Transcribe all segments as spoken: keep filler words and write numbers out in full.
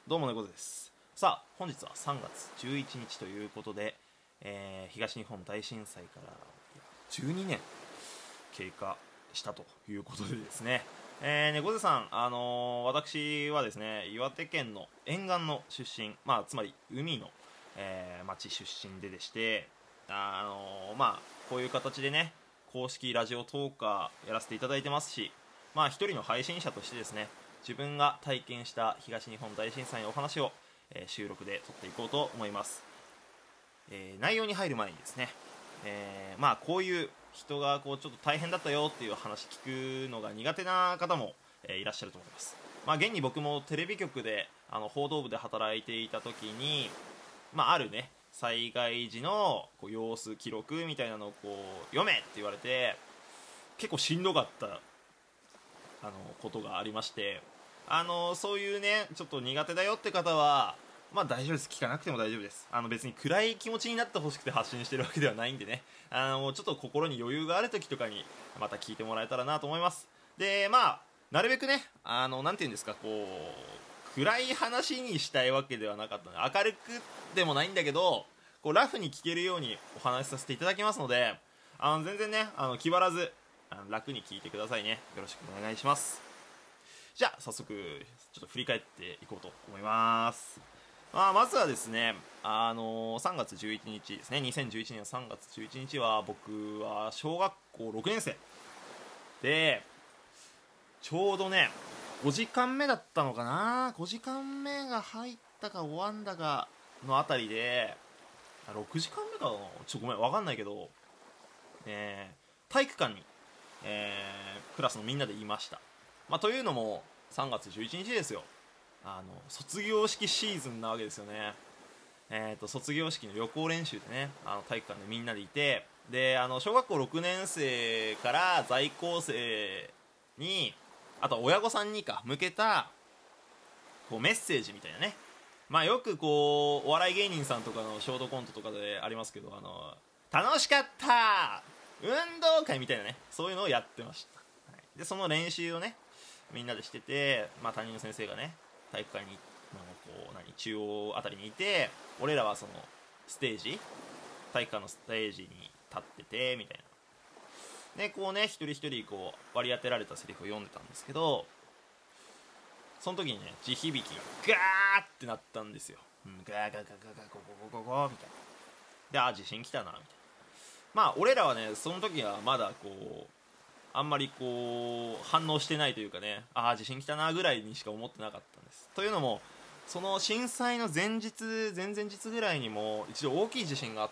どうも猫背です。さあ本日はさんがつじゅういちにちということで、えー東日本大震災からじゅうにねん経過したということでですね、えー、猫背さん、あのー私はですね、岩手県の沿岸の出身、まあつまり海の、えー町出身ででして、あのーまあこういう形でね、公式ラジオトーカーやらせていただいてますし、まあ一人の配信者としてですね、自分が体験した東日本大震災のお話を、えー収録で撮っていこうと思います。えー内容に入る前にですね、えーまあこういう人がこうちょっと大変だったよっていう話聞くのが苦手な方も、えーいらっしゃると思います。まあ現に僕もテレビ局であの報道部で働いていた時に、まああるね災害時のこう様子記録みたいなのをこう読めって言われて、結構しんどかったあのことがありまして、あのそういうねちょっと苦手だよって方はまあ大丈夫です。聞かなくても大丈夫です。あの別に暗い気持ちになってほしくて発信してるわけではないんでね、あのちょっと心に余裕がある時とかにまた聞いてもらえたらなと思います。でまあなるべくね、あのなんていうんですか、こう暗い話にしたいわけではなかったので、明るくでもないんだけどこうラフに聞けるようにお話しさせていただきますので、あの全然ねあの気張らずあの楽に聞いてくださいね。よろしくお願いします。じゃあ早速ちょっと振り返っていこうと思います。まあ、まずはですね、あのーさんがつじゅういちにちですね、にせんじゅういちねんさんがつじゅういちにちは僕は小学校ろくねんせいで、ちょうどねごじかんめだったのかな、ごじかんめが入ったか終わんだかのあたりで、あろくじかんめかな、ちょっとごめん分かんないけど、えー体育館に、えークラスのみんなでいました。まあ、というのもさんがつじゅういちにちですよ、あの卒業式シーズンなわけですよね。えー、と卒業式の予行練習でね、あの体育館でみんなでいて、であの小学校ろくねんせいから在校生に、あと親御さんにか向けたこうメッセージみたいなね、まあよくこうお笑い芸人さんとかのショートコントとかでありますけど、あの楽しかった運動会みたいなね、そういうのをやってました。はい、でその練習をねみんなでしてて、まあ、担任の先生がね体育館にのこう何中央あたりにいて、俺らはそのステージ体育館のステージに立っててみたいなで、こうね一人一人こう割り当てられたセリフを読んでたんですけど、その時にね地響きがガーってなったんですよ、うん、ガーガーガーガーガーゴゴゴゴゴみたいな。で、あ地震来たなみたいな。まあ俺らはねその時はまだこうあんまりこう反応してないというかね、ああ地震来たなぐらいにしか思ってなかったんです。というのもその震災の前日前々日ぐらいにも一度大きい地震があって、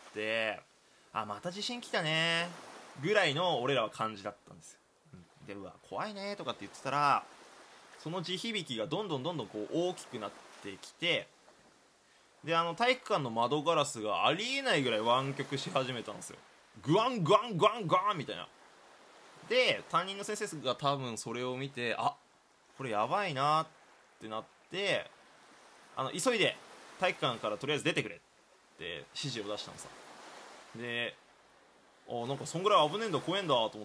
あまた地震来たねぐらいの俺らは感じだったんですよ。でうわ怖いねとかって言ってたら、その地響きがどんどんどんどんこう大きくなってきて、であの体育館の窓ガラスがありえないぐらい湾曲し始めたんですよ。グワングワングワングワンみたいな。で担任の先生が多分それを見て、あこれやばいなってなって、あの急いで体育館からとりあえず出てくれって指示を出したのさ。であなんかそんぐらい危ねえんだ怖えんだと思って、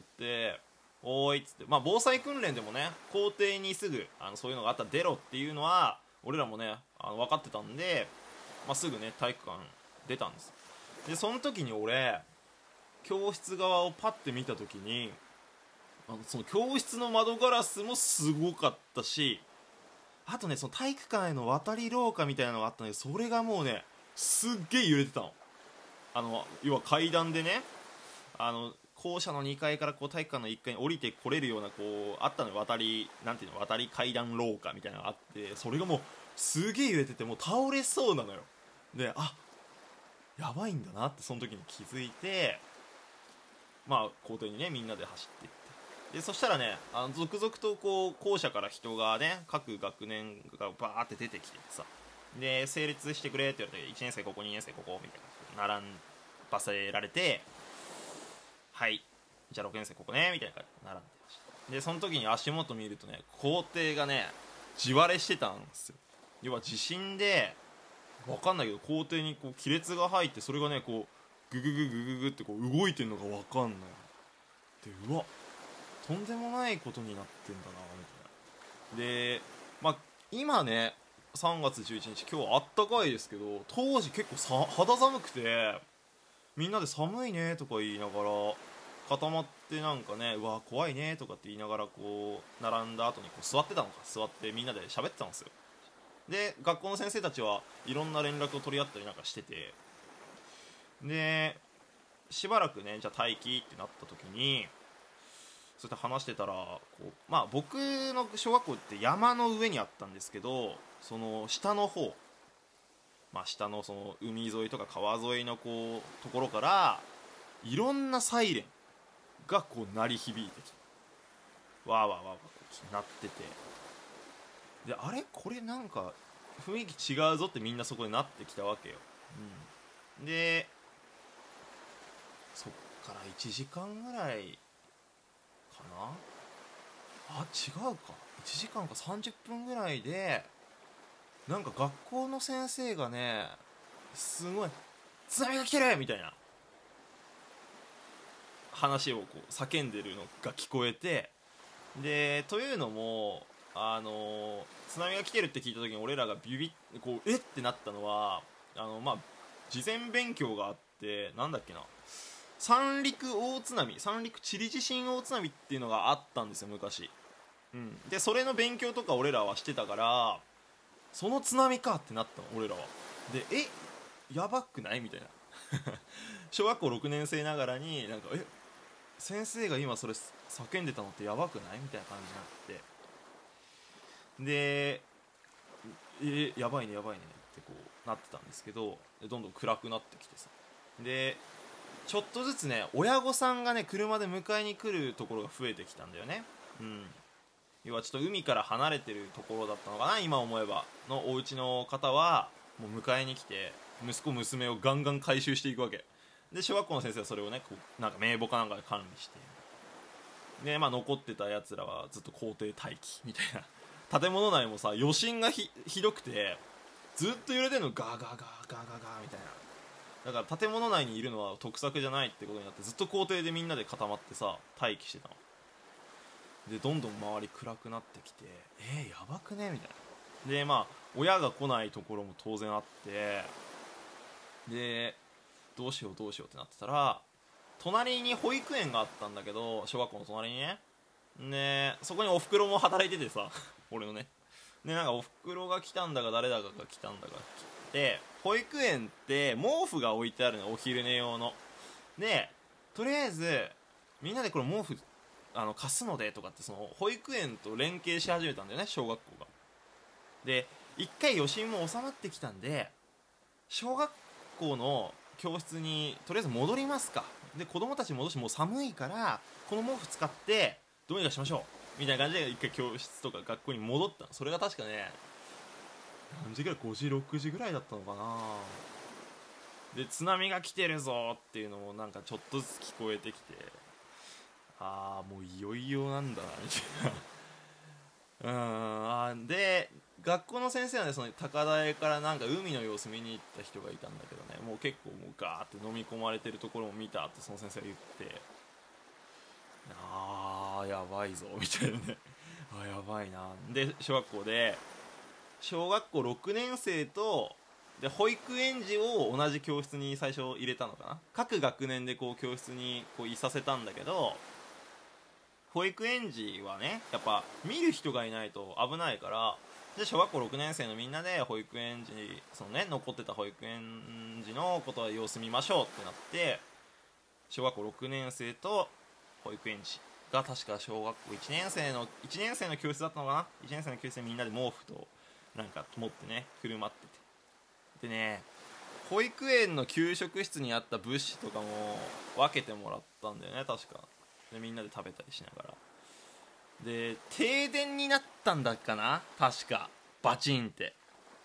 おーいっつって、まあ防災訓練でもね校庭にすぐあのそういうのがあったら出ろっていうのは俺らもねあの分かってたんで、まあ、すぐね体育館出たんです。でその時に俺教室側をパッて見た時に、あのその教室の窓ガラスもすごかったし、あとねその体育館への渡り廊下みたいなのがあったんだけど、それがもうねすっげえ揺れてたの。あの要は階段でね、あの校舎のにかいからこう体育館のいっかいに降りてこれるようなこうあったのよ、渡りなんていうの渡り階段廊下みたいなのがあって、それがもうすげえ揺れててもう倒れそうなのよ。であやばいんだなってその時に気づいて、まあ校庭にねみんなで走っていって、でそしたらねあの続々とこう校舎から人がね各学年がバーって出てきてさ、で整列してくれって言われて、いちねんせいここにねんせいここみたいな並ばせられて、はいじゃあろくねんせいここねみたいな感じで並んでました。でその時に足元見るとね校庭がね地割れしてたんですよ。要は地震で分かんないけど校庭にこう亀裂が入って、それがねこうググググググってこう動いてるのが分かんないで、うわとんでもないことになってんだなみたいな。でまあ今ねさんがつじゅういちにち、今日はあったかいですけど、当時結構さ肌寒くて、みんなで寒いねとか言いながら固まってなんかね、うわ怖いねとかって言いながらこう並んだ後にこう座ってたのか、座ってみんなで喋ってたんですよ。で学校の先生たちはいろんな連絡を取り合ったりなんかしてて、でしばらくね、じゃあ待機ってなった時にそうやって話してたらこう、まあ、僕の小学校って山の上にあったんですけど、その下の方、まあ、下のその海沿いとか川沿いのこうところからいろんなサイレンがこう鳴り響いてきて、わーわーわーわーこう鳴ってて、であれこれなんか雰囲気違うぞってみんなそこでなってきたわけよ、うん、でそっからいちじかんぐらいかなあ、違うかいちじかんかさんじゅっぷんぐらいでなんか学校の先生がね、すごい津波が来てるみたいな話をこう叫んでるのが聞こえて、でというのもあの津波が来てるって聞いた時に俺らがビビッこうえってなったのは、あのまあ事前勉強があって、なんだっけな、三陸大津波、三陸チリ地震大津波っていうのがあったんですよ昔、うん、でそれの勉強とか俺らはしてたから、その津波かってなったの俺らは。でえやばくないみたいな小学校ろくねん生ながらになんかえ先生が今それ叫んでたのってやばくないみたいな感じになって、でえやばいねやばいねってこうなってたんですけど、でどんどん暗くなってきてさ、でちょっとずつね親御さんがね車で迎えに来るところが増えてきたんだよね。うん、要はちょっと海から離れてるところだったのかな、今思えばのお家の方はもう迎えに来て息子娘をガンガン回収していくわけで、小学校の先生はそれをねこうなんか名簿かなんかで管理して、で、まあ、残ってたやつらはずっと校庭待機みたいな建物内もさ余震が ひ, ひどくてずっと揺れてるのガーガーガーガーガーガーみたいな、だから建物内にいるのは得策じゃないってことになって、ずっと校庭でみんなで固まってさ待機してたので、どんどん周り暗くなってきて、えー、やばくねみたいな。でまあ親が来ないところも当然あって、でどうしようどうしようってなってたら、隣に保育園があったんだけど、小学校の隣にね、でそこにおふくろも働いててさ俺のね、でなんかおふくろが来たんだか誰だかが来たんだか来て、保育園って毛布が置いてあるの、お昼寝用の。でとりあえずみんなでこれ毛布あの貸すのでとかって、その保育園と連携し始めたんだよね小学校が。で一回余震も収まってきたんで、小学校の教室にとりあえず戻りますか、で子供たち戻してもう寒いからこの毛布使ってどうにかしましょうみたいな感じで一回教室とか学校に戻ったの。それが確かね何時ぐらい、ごじろくじぐらいだったのかな。で津波が来てるぞっていうのもなんかちょっとずつ聞こえてきて、ああもういよいよなんだなみたいなうん、あで学校の先生はね、その高台からなんか海の様子見に行った人がいたんだけどね、もう結構もうガーって飲み込まれてるところも見たってその先生が言って、あーやばいぞみたいなねあやばいな。で小学校で小学校ろくねん生とで保育園児を同じ教室に最初入れたのかな。各学年でこう教室にこういさせたんだけど、保育園児はねやっぱ見る人がいないと危ないから、で小学校ろくねん生のみんなで保育園児、そのね残ってた保育園児のことは様子見ましょうってなって、小学校ろくねん生と保育園児が確か小学校いちねん生のいちねん生の教室だったのかな。いちねん生の教室でみんなで毛布となんか持ってね振る舞ってて、でね保育園の給食室にあった物資とかも分けてもらったんだよね確かで、みんなで食べたりしながら。で停電になったんだっかな確か、バチンって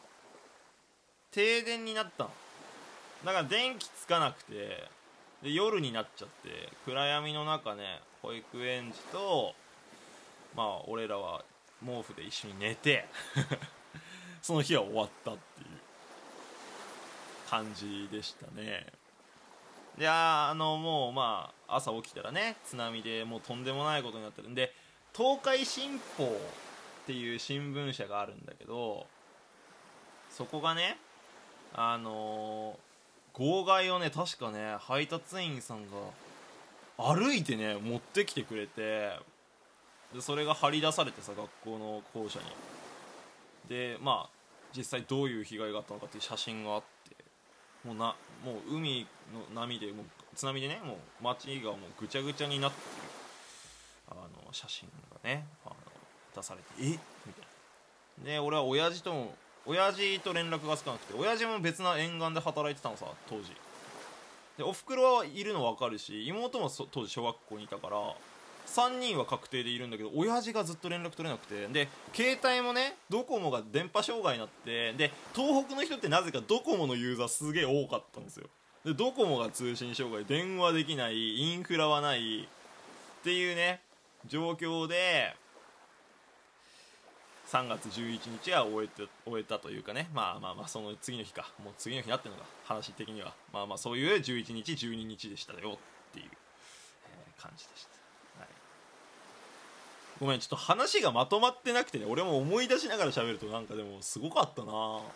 停電になったの。だから電気つかなくて、で夜になっちゃって暗闇の中ね保育園児とまあ俺らは毛布で一緒に寝てその日は終わったっていう感じでしたね。であのもうまあ朝起きたらね津波でもうとんでもないことになってるんで、東海新報っていう新聞社があるんだけど、 そこがね、あのー、号外をね確かね配達員さんが歩いてね持ってきてくれて、でそれが貼り出されてさ、学校の校舎に。でまあ実際どういう被害があったのかっていう写真があって、もうなもう海の波でもう津波でね、もう街がもうぐちゃぐちゃになってるあの写真がねあの出されて、えみたいな。で俺は親父とも親父と連絡がつかなくて、親父も別な沿岸で働いてたのさ当時で、おふくろはいるの分かるし、妹も当時小学校にいたから、さんにんは確定でいるんだけど、親父がずっと連絡取れなくて、で携帯もねドコモが電波障害になって、で東北の人ってなぜかドコモのユーザーすげえ多かったんですよ。でドコモが通信障害、電話できない、インフラはないっていうね状況でさんがつじゅういちにちは終えて終えたというかね、まあまあまあその次の日か、もう次の日になってるのが話的には、まあまあそういうじゅういちにちじゅうににちでしたよっていう、えー感じでした、はい、ごめんちょっと話がまとまってなくてね、俺も思い出しながら喋るとなんかでもすごかったな。うーん、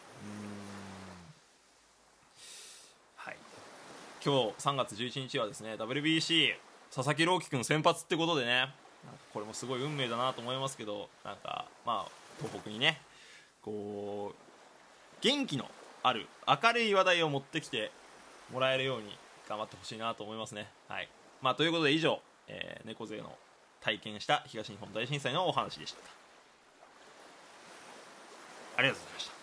はい、今日さんがつじゅういちにちはですね ダブリュービーシー 佐々木朗希君先発ってことでね、なんかこれもすごい運命だなと思いますけど、なんかまあ東北にねこう元気のある明るい話題を持ってきてもらえるように頑張ってほしいなと思いますね。はい、まあ、ということで以上、えー、猫背の体験した東日本大震災のお話でした。ありがとうございました。